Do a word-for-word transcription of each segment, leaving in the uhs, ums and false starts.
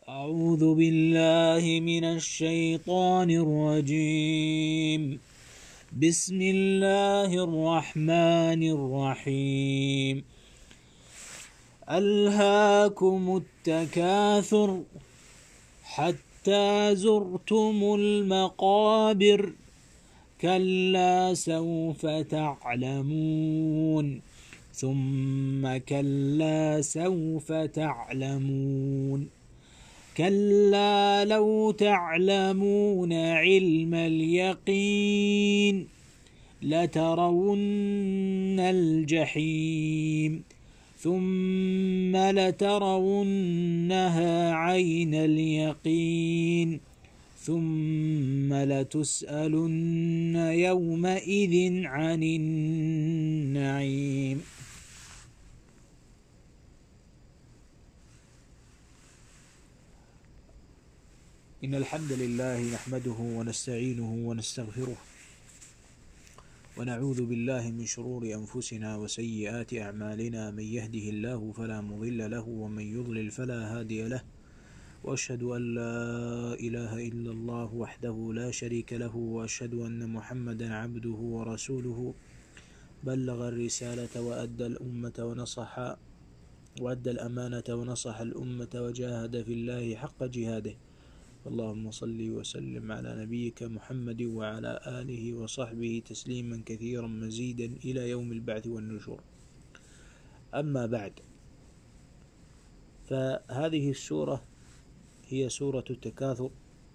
أعوذ بالله من الشيطان الرجيم. بسم الله الرحمن الرحيم. ألهاكم التكاثر حتى زرتم المقابر كلا سوف تعلمون ثم كلا سوف تعلمون كلا لو تعلمون علم اليقين لترون الجحيم ثم لترونها عين اليقين ثم لتسألن يومئذ عن النعيم. إن الحمد لله نحمده ونستعينه ونستغفره ونعوذ بالله من شرور أنفسنا وسيئات أعمالنا. من يهده الله فلا مضل له ومن يضلل فلا هادي له، وأشهد أن لا إله إلا الله وحده لا شريك له، وأشهد أن محمدا عبده ورسوله بلغ الرسالة وأدى الأمة ونصح وأدى الأمانة ونصح الأمة وجاهد في الله حق جهاده. اللهم صل وسلم على نبيك محمد وعلى آله وصحبه تسليما كثيرا مزيدا إلى يوم البعث والنشور. أما بعد، فهذه السورة هي سورة التكاثر،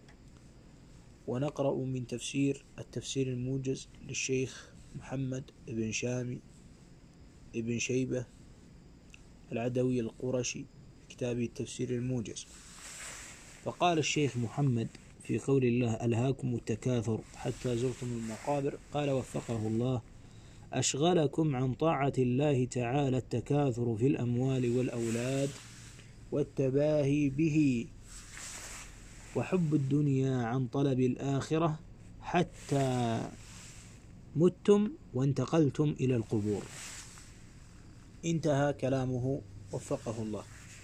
ونقرأ من تفسير التفسير الموجز للشيخ محمد بن شامي بن شيبة العدوي القرشي، كتابه التفسير الموجز. فقال الشيخ محمد في قول الله ألهاكم التكاثر حتى زرتم المقابر، قال وفقه الله: أشغلكم عن طاعة الله تعالى التكاثر في الأموال والأولاد والتباهي به وحب الدنيا عن طلب الآخرة حتى متم وانتقلتم إلى القبور. انتهى كلامه وفقه الله.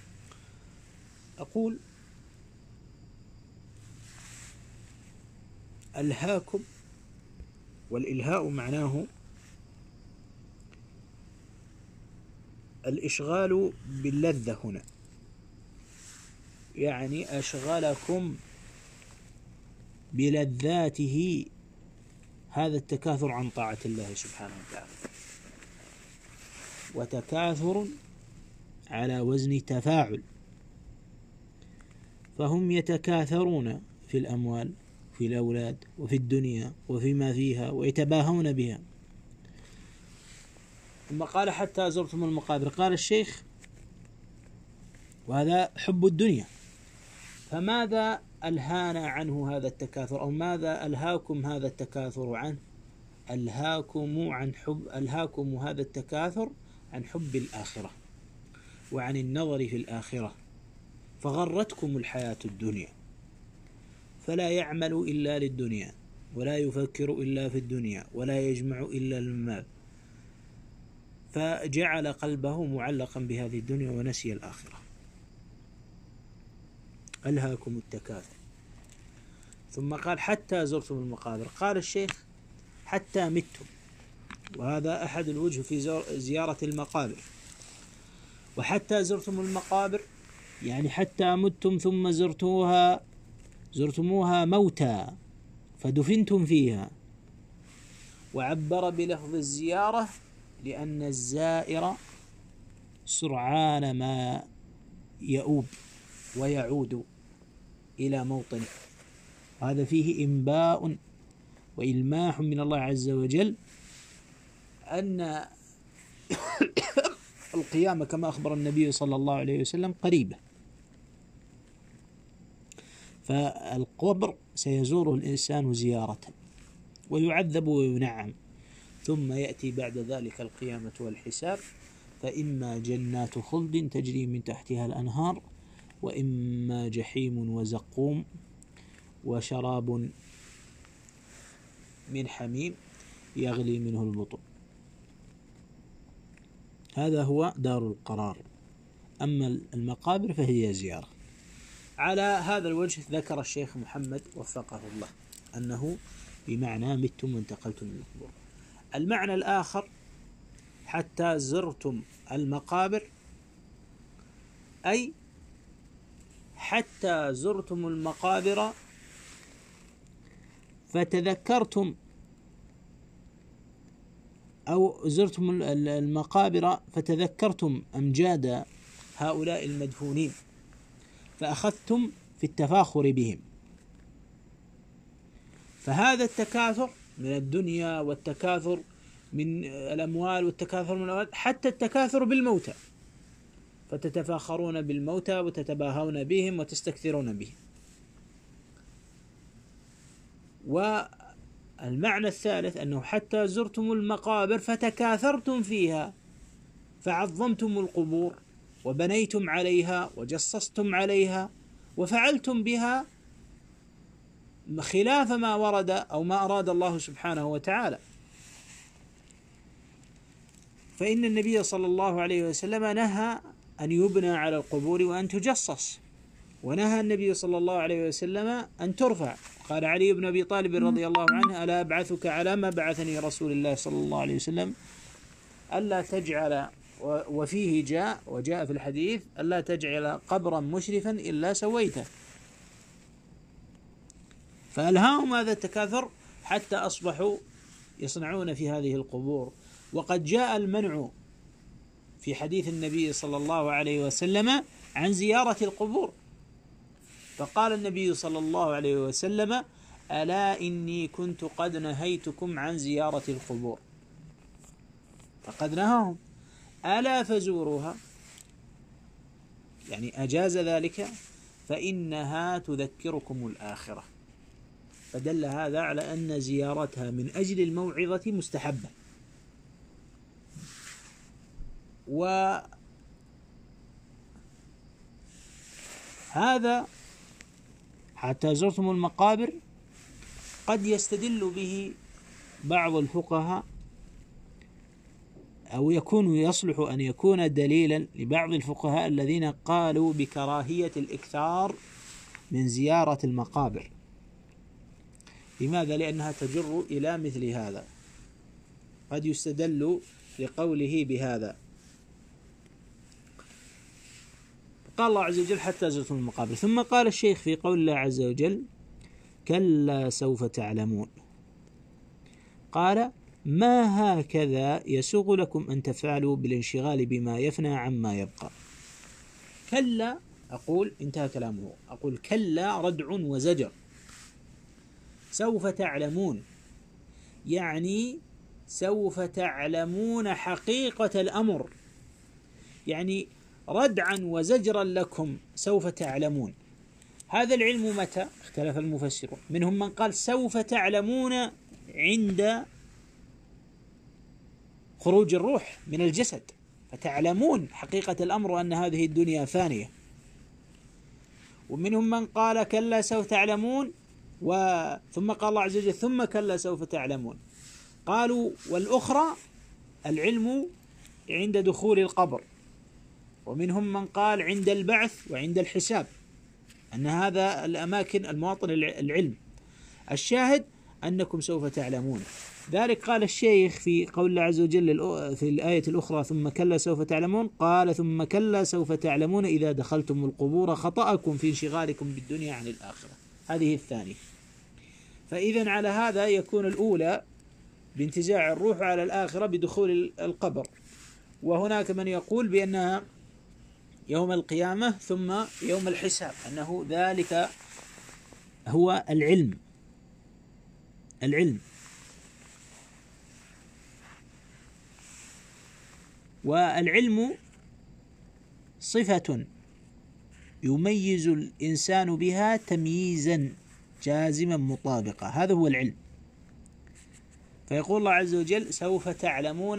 أقول: ألهاكم، والإلهاء معناه الإشغال باللذة هنا، يعني أشغلكم بلذاته هذا التكاثر عن طاعة الله سبحانه وتعالى. وتكاثر على وزن تفاعل، فهم يتكاثرون في الأموال في الأولاد وفي الدنيا وفيما فيها ويتباهون بها. ثم قال حتى زرتم المقابر، قال الشيخ وهذا حب الدنيا. فماذا ألهانا عنه هذا التكاثر، أو ماذا ألهاكم هذا التكاثر عنه؟ ألهاكم عن حب ألهاكم هذا التكاثر عن حب الآخرة وعن النظر في الآخرة، فغرتكم الحياة الدنيا، فلا يعمل إلا للدنيا ولا يفكر إلا في الدنيا ولا يجمع إلا المال، فجعل قلبه معلقا بهذه الدنيا ونسي الآخرة. ألهاكم التكاثر. ثم قال حتى زرتم المقابر، قال الشيخ حتى متم، وهذا أحد الوجه في زيارة المقابر. وحتى زرتم المقابر يعني حتى متم ثم زرتوها زرتموها موتى فدفنتم فيها. وعبر بلفظ الزيارة لأن الزائر سرعان ما يؤوب ويعود إلى موطنه. هذا فيه إنباء وإلماح من الله عز وجل أن القيامة كما أخبر النبي صلى الله عليه وسلم قريبة، فالقبر سيزوره الإنسان زيارة ويعذب وينعم، ثم يأتي بعد ذلك القيامة والحساب، فإما جنات خلد تجري من تحتها الأنهار، وإما جحيم وزقوم وشراب من حميم يغلي منه البطون. هذا هو دار القرار. أما المقابر فهي زيارة. على هذا الوجه ذكر الشيخ محمد وفقه الله أنه بمعنى متم وانتقلتم من القبور. المعنى الآخر حتى زرتم المقابر، أي حتى زرتم المقابر فتذكرتم، أو زرتم المقابر فتذكرتم أمجاد هؤلاء المدفونين فأخذتم في التفاخر بهم. فهذا التكاثر من الدنيا والتكاثر من الأموال والتكاثر من الأولاد، حتى التكاثر بالموتى، فتتفاخرون بالموتى وتتباهون بهم وتستكثرون بهم. والمعنى الثالث أنه حتى زرتم المقابر فتكاثرتم فيها، فعظمتم القبور وبنيتم عليها وجصصتم عليها وفعلتم بها خلاف ما ورد أو ما أراد الله سبحانه وتعالى. فإن النبي صلى الله عليه وسلم نهى أن يبنى على القبور وأن تجصص، ونهى النبي صلى الله عليه وسلم أن ترفع. قال علي بن أبي طالب رضي الله عنه: ألا أبعثك على ما بعثني رسول الله صلى الله عليه وسلم ألا تجعل، وفيه جاء وجاء في الحديث: ألا تجعل قبرا مشرفا إلا سويته. فألهاهم هذا التكاثر حتى أصبحوا يصنعون في هذه القبور. وقد جاء المنع في حديث النبي صلى الله عليه وسلم عن زيارة القبور، فقال النبي صلى الله عليه وسلم: ألا إني كنت قد نهيتكم عن زيارة القبور. فقد نهاهم: ألا فزوروها، يعني أجاز ذلك، فإنها تذكركم الآخرة. فدل هذا على أن زيارتها من أجل الموعظة مستحبة. وهذا حتى زرتم المقابر قد يستدل به بعض الفقهاء، أو يكون يصلح أن يكون دليلا لبعض الفقهاء الذين قالوا بكراهية الإكثار من زيارة المقابر. لماذا؟ لأنها تجر إلى مثل هذا، قد يستدل لقوله بهذا. قال الله عز وجل: حتى زرتم المقابر. ثم قال الشيخ في قول الله عز وجل: كلا سوف تعلمون. قال: ما هكذا يسوغ لكم أن تفعلوا بالانشغال بما يفنى عما يبقى. كلا، أقول انتهى كلامه، أقول كلا ردع وزجر. سوف تعلمون يعني سوف تعلمون حقيقة الأمر، يعني ردعا وزجرا لكم سوف تعلمون. هذا العلم متى؟ اختلف المفسرون، منهم من قال سوف تعلمون عند خروج الروح من الجسد، فتعلمون حقيقة الأمر أن هذه الدنيا فانية. ومنهم من قال كلا سوف تعلمون، ثم قال الله عز وجل: ثم كلا سوف تعلمون. قالوا والأخرى العلم عند دخول القبر. ومنهم من قال عند البعث وعند الحساب، أن هذا الأماكن المواطن العلم. الشاهد أنكم سوف تعلمون. ذلك قال الشيخ في قول الله عز وجل في الآية الأخرى: ثم كلا سوف تعلمون، قال: ثم كلا سوف تعلمون إذا دخلتم القبور خطأكم في انشغالكم بالدنيا عن الآخرة. هذه الثانية. فإذا على هذا يكون الأولى بانتزاع الروح، على الآخرة بدخول القبر. وهناك من يقول بأنها يوم القيامة ثم يوم الحساب، أنه ذلك هو العلم. العلم والعلم صفة يميز الإنسان بها تمييزا جازما مطابقا، هذا هو العلم. فيقول الله عز وجل: سوف تعلمون.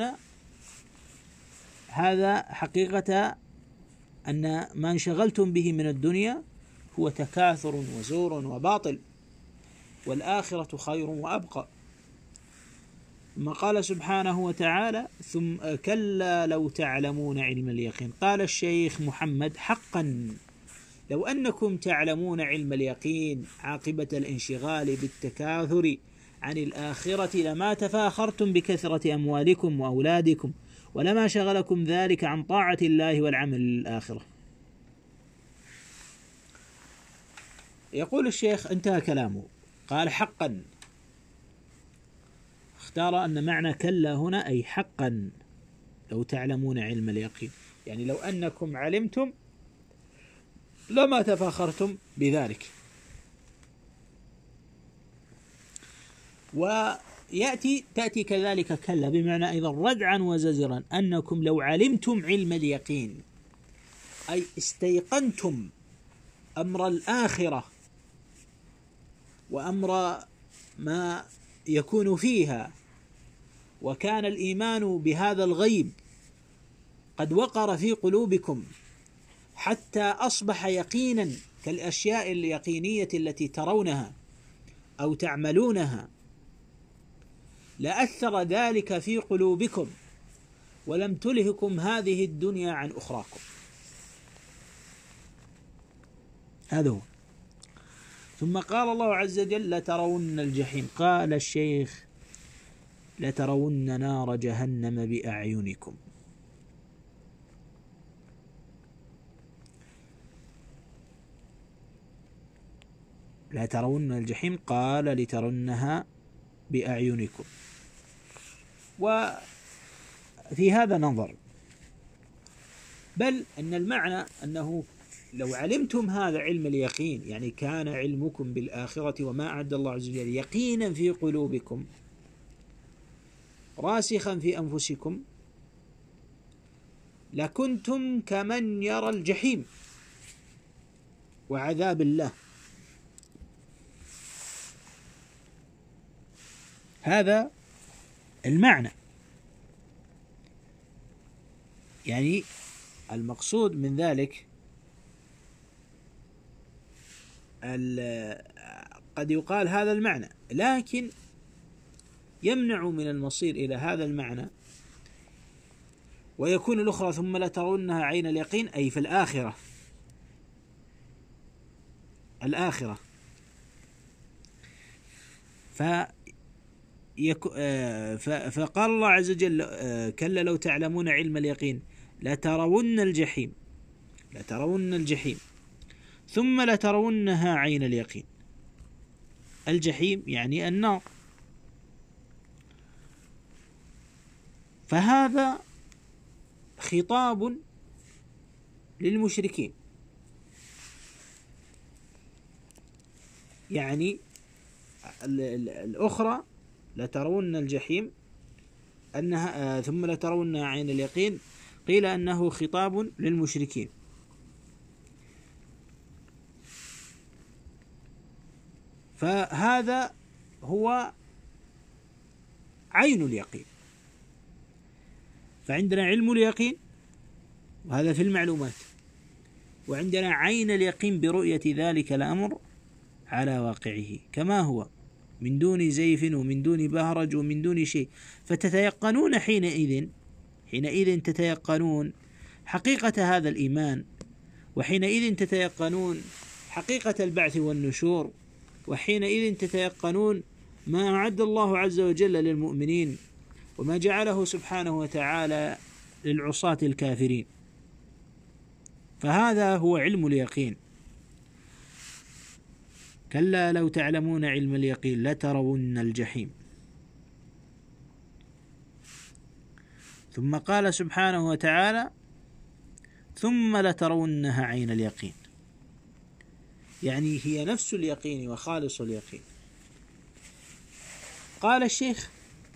هذا حقيقة أن ما انشغلتم به من الدنيا هو تكاثر وزور وباطل، والآخرة خير وأبقى. ثم قال سبحانه وتعالى: ثم كلا لو تعلمون علم اليقين. قال الشيخ محمد: حقا لو أنكم تعلمون علم اليقين عاقبة الانشغال بالتكاثر عن الآخرة لما تفاخرتم بكثرة أموالكم وأولادكم، ولما شغلكم ذلك عن طاعة الله والعمل للآخرة. يقول الشيخ انتهى كلامه، قال حقا، اختار أن معنى كلا هنا أي حقا لو تعلمون علم اليقين، يعني لو أنكم علمتم لما تفاخرتم بذلك. ويأتي تأتي كذلك كلا بمعنى أيضا ردعا وزجرا، أنكم لو علمتم علم اليقين أي استيقنتم أمر الآخرة وأمر ما يكون فيها، وكان الإيمان بهذا الغيب قد وقر في قلوبكم حتى أصبح يقينا كالأشياء اليقينية التي ترونها أو تعملونها، لأثر ذلك في قلوبكم ولم تلهكم هذه الدنيا عن أخراكم. هذا هو. ثم قال الله عز وجل لترون الجحيم، قال الشيخ لترون نار جهنم بأعينكم. لترون الجحيم قال لترونها بأعينكم. وفي هذا نظر، بل أن المعنى أنه لو علمتم هذا علم اليقين، يعني كان علمكم بالآخرة وما أعد الله عز وجل يقينا في قلوبكم راسخا في أنفسكم، لكنتم كمن يرى الجحيم وعذاب الله. هذا المعنى، يعني المقصود من ذلك قد يقال هذا المعنى، لكن يمنع من المصير إلى هذا المعنى، ويكون الأخرى ثم لترونها عين اليقين أي في الآخرة. الآخرة ف فقال الله عز وجل كلا لو تعلمون علم اليقين لترون الجحيم، لترون الجحيم ثم لترونها عين اليقين. الجحيم يعني النار. فهذا خطاب للمشركين، يعني الأخرى لترون الجحيم أنها ثم لترونها عين اليقين، قيل أنه خطاب للمشركين. فهذا هو عين اليقين. فعندنا علم اليقين وهذا في المعلومات، وعندنا عين اليقين برؤية ذلك الأمر على واقعه كما هو من دون زيف ومن دون بهرج ومن دون شيء، فتتيقنون حينئذ حينئذ تتيقنون حقيقة هذا الإيمان، وحينئذ تتيقنون حقيقة البعث والنشور، وحينئذ تتيقنون ما أعد الله عز وجل للمؤمنين وما جعله سبحانه وتعالى للعصاة الكافرين. فهذا هو علم اليقين. كلا لو تعلمون علم اليقين لترون الجحيم. ثم قال سبحانه وتعالى ثم لترونها عين اليقين، يعني هي نفس اليقين وخالص اليقين. قال الشيخ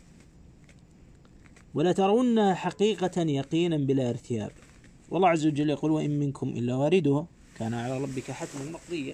ولترونها حقيقة يقينا بلا ارتياب. والله عز وجل يقول وإن منكم إلا واردها كان على ربك حتما مقضيا.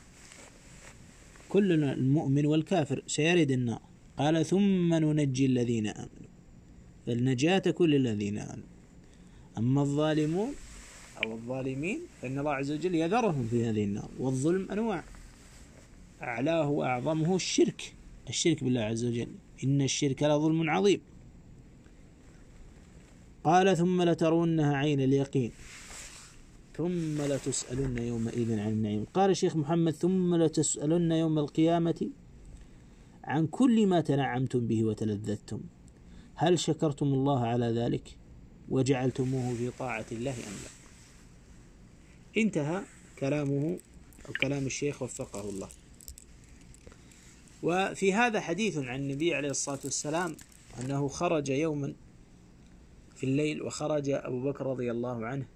كل المؤمن والكافر سيرد النار. قال ثم ننجي الذين آمنوا، فالنجاة كل الذين آمنوا. أما الظالمون أو الظالمين فإن الله عز وجل يذرهم في هذه النار. والظلم أنواع، أعلاه وأعظمه الشرك، الشرك بالله عز وجل، إن الشرك لظلم عظيم. قال ثم لترونها عين اليقين. ثم لتسألن يومئذ عن النعيم. قال الشيخ محمد: ثم لتسألن يوم القيامة عن كل ما تنعمتم به وتلذذتم، هل شكرتم الله على ذلك وجعلتموه في طاعة الله أم لا؟ انتهى كلامه أو كلام الشيخ وفقه الله. وفي هذا حديث عن النبي عليه الصلاة والسلام أنه خرج يوما في الليل، وخرج أبو بكر رضي الله عنه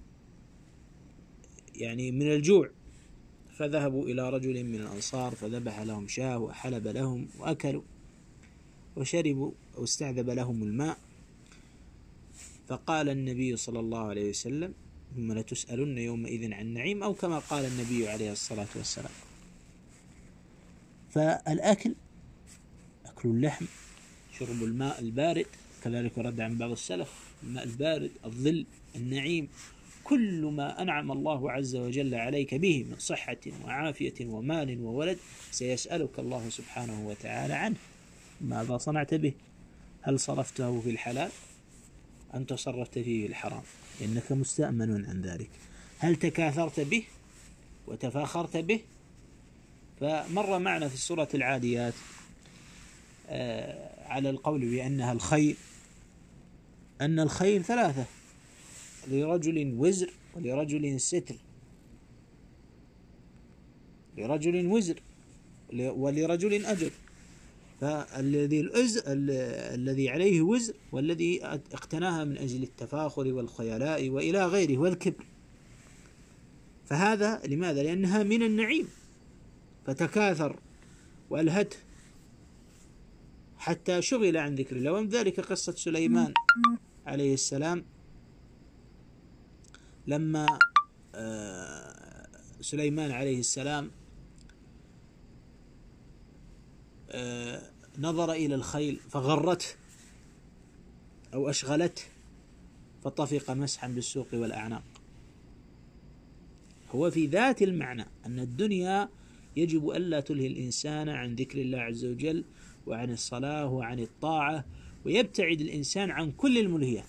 يعني من الجوع، فذهبوا إلى رجل من الأنصار فذبح لهم شاة وحلب لهم وأكلوا وشربوا واستعذب لهم الماء، فقال النبي صلى الله عليه وسلم: ثم لتسألن يومئذ عن النعيم، أو كما قال النبي عليه الصلاة والسلام. فالأكل، أكل اللحم، شرب الماء البارد، كذلك رد عن بعض السلف، الماء البارد، الظل، النعيم، كل ما أنعم الله عز وجل عليك به من صحة وعافية ومال وولد سيسألك الله سبحانه وتعالى عنه. ماذا صنعت به؟ هل صرفته في الحلال أم تصرفت فيه الحرام؟ إنك مستأمن عن ذلك. هل تكاثرت به وتفاخرت به؟ فمر معنا في سورة العاديات على القول بأنها الخير، أن الخير ثلاثة: لرجل وزر، ولرجل ستر، لرجل وزر ولرجل أجر. فالذي الأزر الذي عليه وزر والذي اقتناها من أجل التفاخر والخيلاء وإلى غيره والكبر، فهذا لماذا؟ لأنها من النعيم فتكاثر وألهته حتى شغل عن ذكر الله. ومن ذلك قصة سليمان عليه السلام، لما سليمان عليه السلام نظر إلى الخيل فغرته أو أشغلته فطفق مسحا بالسوق والأعناق. هو في ذات المعنى أن الدنيا يجب ألا تلهي الإنسان عن ذكر الله عز وجل وعن الصلاة وعن الطاعة، ويبتعد الإنسان عن كل الملهيات.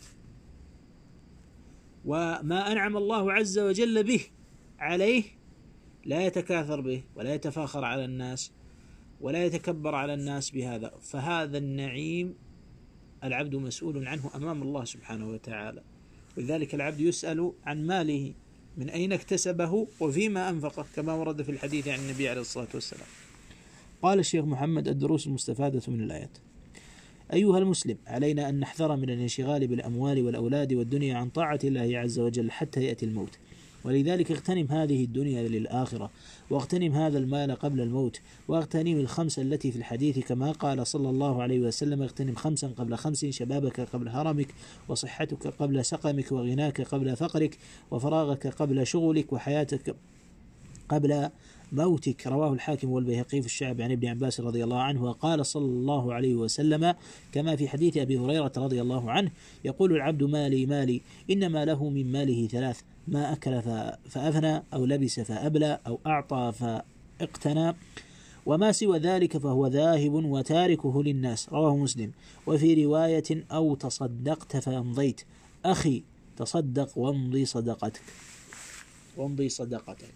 وما أنعم الله عز وجل به عليه لا يتكاثر به ولا يتفاخر على الناس ولا يتكبر على الناس بهذا، فهذا النعيم العبد مسؤول عنه أمام الله سبحانه وتعالى. ولذلك العبد يسأل عن ماله من أين اكتسبه وفيما أنفقه، كما ورد في الحديث عن النبي عليه الصلاة والسلام. قال الشيخ محمد: الدروس المستفادة من الآيات: أيها المسلم، علينا أن نحذر من الانشغال بالأموال والأولاد والدنيا عن طاعة الله عز وجل حتى يأتي الموت، ولذلك اغتنم هذه الدنيا للآخرة، واغتنم هذا المال قبل الموت، واغتنم الخمس التي في الحديث كما قال صلى الله عليه وسلم: اغتنم خمسا قبل خمس، شبابك قبل هرمك، وصحتك قبل سقمك، وغناك قبل فقرك، وفراغك قبل شغلك، وحياتك قبل موتك. رواه الحاكم والبيهقي في الشعب عن ابن عباس رضي الله عنه. وقال صلى الله عليه وسلم كما في حديث أبي هريرة رضي الله عنه: يقول العبد مالي مالي، إنما له من ماله ثلاث: ما أكل فأفنى، أو لبس فأبلى، أو أعطى فاقتنى، وما سوى ذلك فهو ذاهب وتاركه للناس. رواه مسلم. وفي رواية: أو تصدقت فأمضيت. أخي تصدق وامضي صدقتك وامضي صدقتك.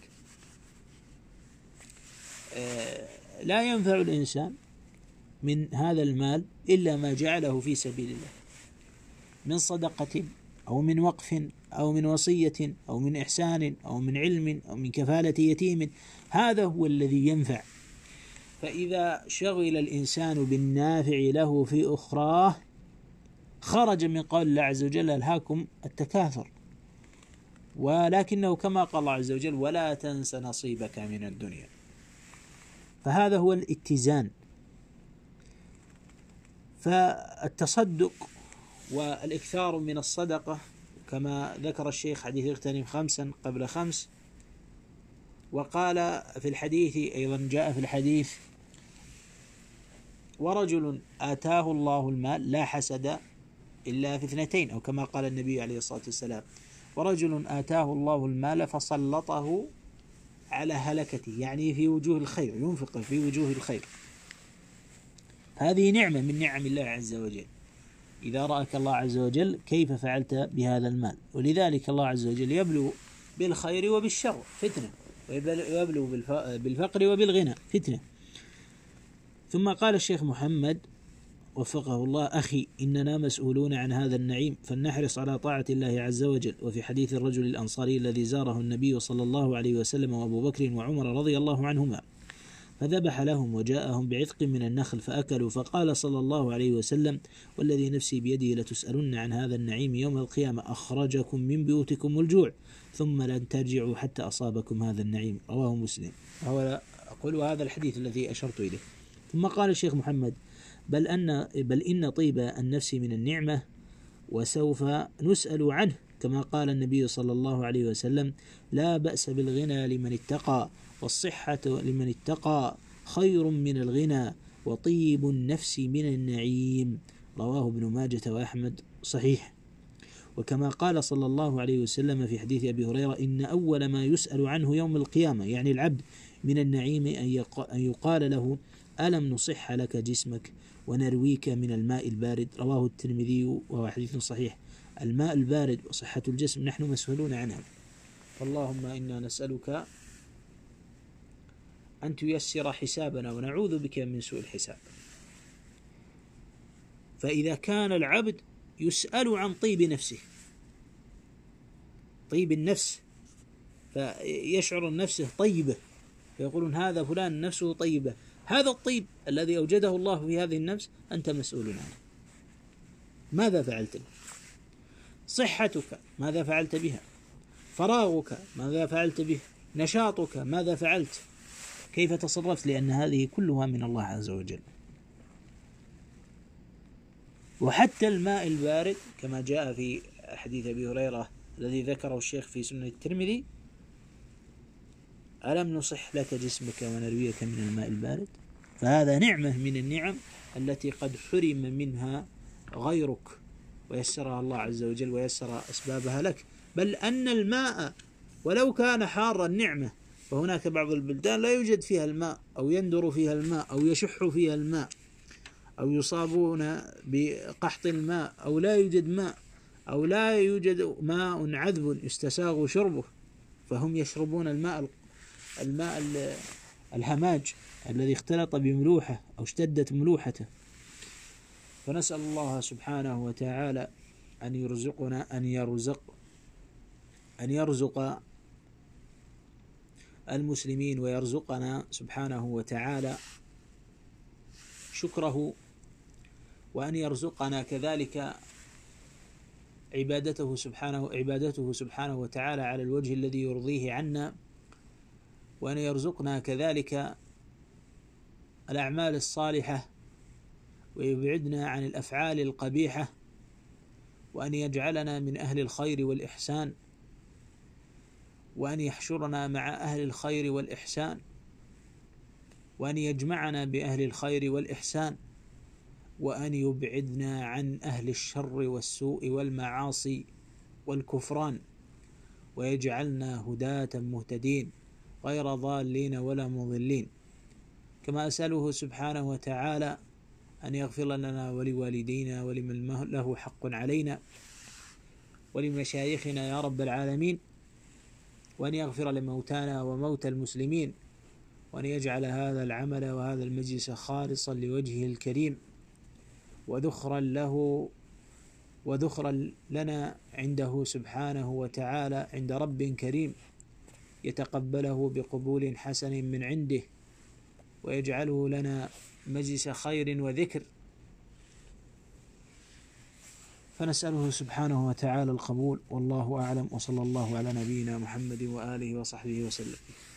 لا ينفع الإنسان من هذا المال إلا ما جعله في سبيل الله من صدقة أو من وقف أو من وصية أو من إحسان أو من علم أو من كفالة يتيم، هذا هو الذي ينفع. فإذا شغل الإنسان بالنافع له في أخراه خرج من قول الله عز وجل: ألهاكم التكاثر. ولكنه كما قال الله عز وجل: ولا تنس نصيبك من الدنيا. فهذا هو الاتزان. فالتصدق والإكثار من الصدقة كما ذكر الشيخ حديث: اغتنم خمسا قبل خمس. وقال في الحديث أيضا، جاء في الحديث: ورجل آتاه الله المال لا حسد إلا في اثنتين، أو كما قال النبي عليه الصلاة والسلام: ورجل آتاه الله المال فسلطه على هلكته، يعني في وجوه الخير، ينفق في وجوه الخير. هذه نعمة من نعم الله عز وجل إذا رأك الله عز وجل كيف فعلت بهذا المال. ولذلك الله عز وجل يبلو بالخير وبالشر فتنة، ويبلو بالفقر وبالغنى فتنة. ثم قال الشيخ محمد وفقه الله: أخي إننا مسؤولون عن هذا النعيم، فلنحرص على طاعة الله عز وجل. وفي حديث الرجل الأنصاري الذي زاره النبي صلى الله عليه وسلم وأبو بكر وعمر رضي الله عنهما، فذبح لهم وجاءهم بعتق من النخل فأكلوا، فقال صلى الله عليه وسلم: والذي نفسي بيده لتسألن عن هذا النعيم يوم القيامة، أخرجكم من بيوتكم الجوع ثم لن ترجعوا حتى أصابكم هذا النعيم. رواه مسلم. أقول هذا الحديث الذي أشرت إليه. ثم قال الشيخ محمد: بل أن بل إن طيب النفس من النعمة وسوف نسأل عنه، كما قال النبي صلى الله عليه وسلم: لا بأس بالغنى لمن اتقى، والصحة لمن اتقى خير من الغنى، وطيب النفس من النعيم. رواه ابن ماجة وأحمد صحيح. وكما قال صلى الله عليه وسلم في حديث أبي هريرة: إن أول ما يسأل عنه يوم القيامة، يعني العبد، من النعيم أن يقال له: ألم نصح لك جسمك ونرويك من الماء البارد. رواه الترمذي وهو حديث صحيح. الماء البارد وصحة الجسم نحن مسؤولون عنها، فاللهم إنا نسألك أن تيسر حسابنا ونعوذ بك من سوء الحساب. فإذا كان العبد يسأل عن طيب نفسه، طيب النفس، فيشعر نفسه طيبة، فيقولون هذا فلان نفسه طيبة، هذا الطيب الذي أوجده الله في هذه النفس أنت مسؤول عنه. ماذا فعلت به؟ صحتك ماذا فعلت بها؟ فراغك ماذا فعلت به؟ نشاطك ماذا فعلت؟ كيف تصرفت؟ لأن هذه كلها من الله عز وجل. وحتى الماء البارد كما جاء في حديث أبي هريرة الذي ذكره الشيخ في سنن الترمذي: ألم نصح لك جسمك ونرويك من الماء البارد. فهذا نعمة من النعم التي قد حرم منها غيرك ويسرها الله عز وجل ويسر أسبابها لك. بل أن الماء ولو كان حارا نعمة، فهناك بعض البلدان لا يوجد فيها الماء، أو يندر فيها الماء، أو يشح فيها الماء، أو يصابون بقحط الماء، أو لا يوجد ماء، أو لا يوجد ماء عذب يستساغ شربه، فهم يشربون الماء الماء الهماج الذي اختلط بملوحة أو اشتدت ملوحته. فنسأل الله سبحانه وتعالى أن يرزقنا أن يرزق أن يرزق المسلمين ويرزقنا سبحانه وتعالى شكره، وأن يرزقنا كذلك عبادته سبحانه عبادته سبحانه وتعالى على الوجه الذي يرضيه عنا، وأن يرزقنا كذلك الأعمال الصالحة ويبعدنا عن الأفعال القبيحة، وأن يجعلنا من أهل الخير والإحسان، وأن يحشرنا مع أهل الخير والإحسان، وأن يجمعنا بأهل الخير والإحسان، وأن يبعدنا عن أهل الشر والسوء والمعاصي والكفران، ويجعلنا هداة مهتدين غير ضالين ولا مضلين. كما أسأله سبحانه وتعالى أن يغفر لنا ولوالدينا ولمن له حق علينا ولمشايخنا يا رب العالمين، وأن يغفر لموتانا وموتى المسلمين، وأن يجعل هذا العمل وهذا المجلس خالصا لوجهه الكريم، وذخرا له وذخرا لنا عنده سبحانه وتعالى عند رب كريم، يتقبله بقبول حسن من عنده، ويجعله لنا مجلس خير وذكر. فنسأله سبحانه وتعالى القبول، والله أعلم، وصلى الله على نبينا محمد وآله وصحبه وسلم.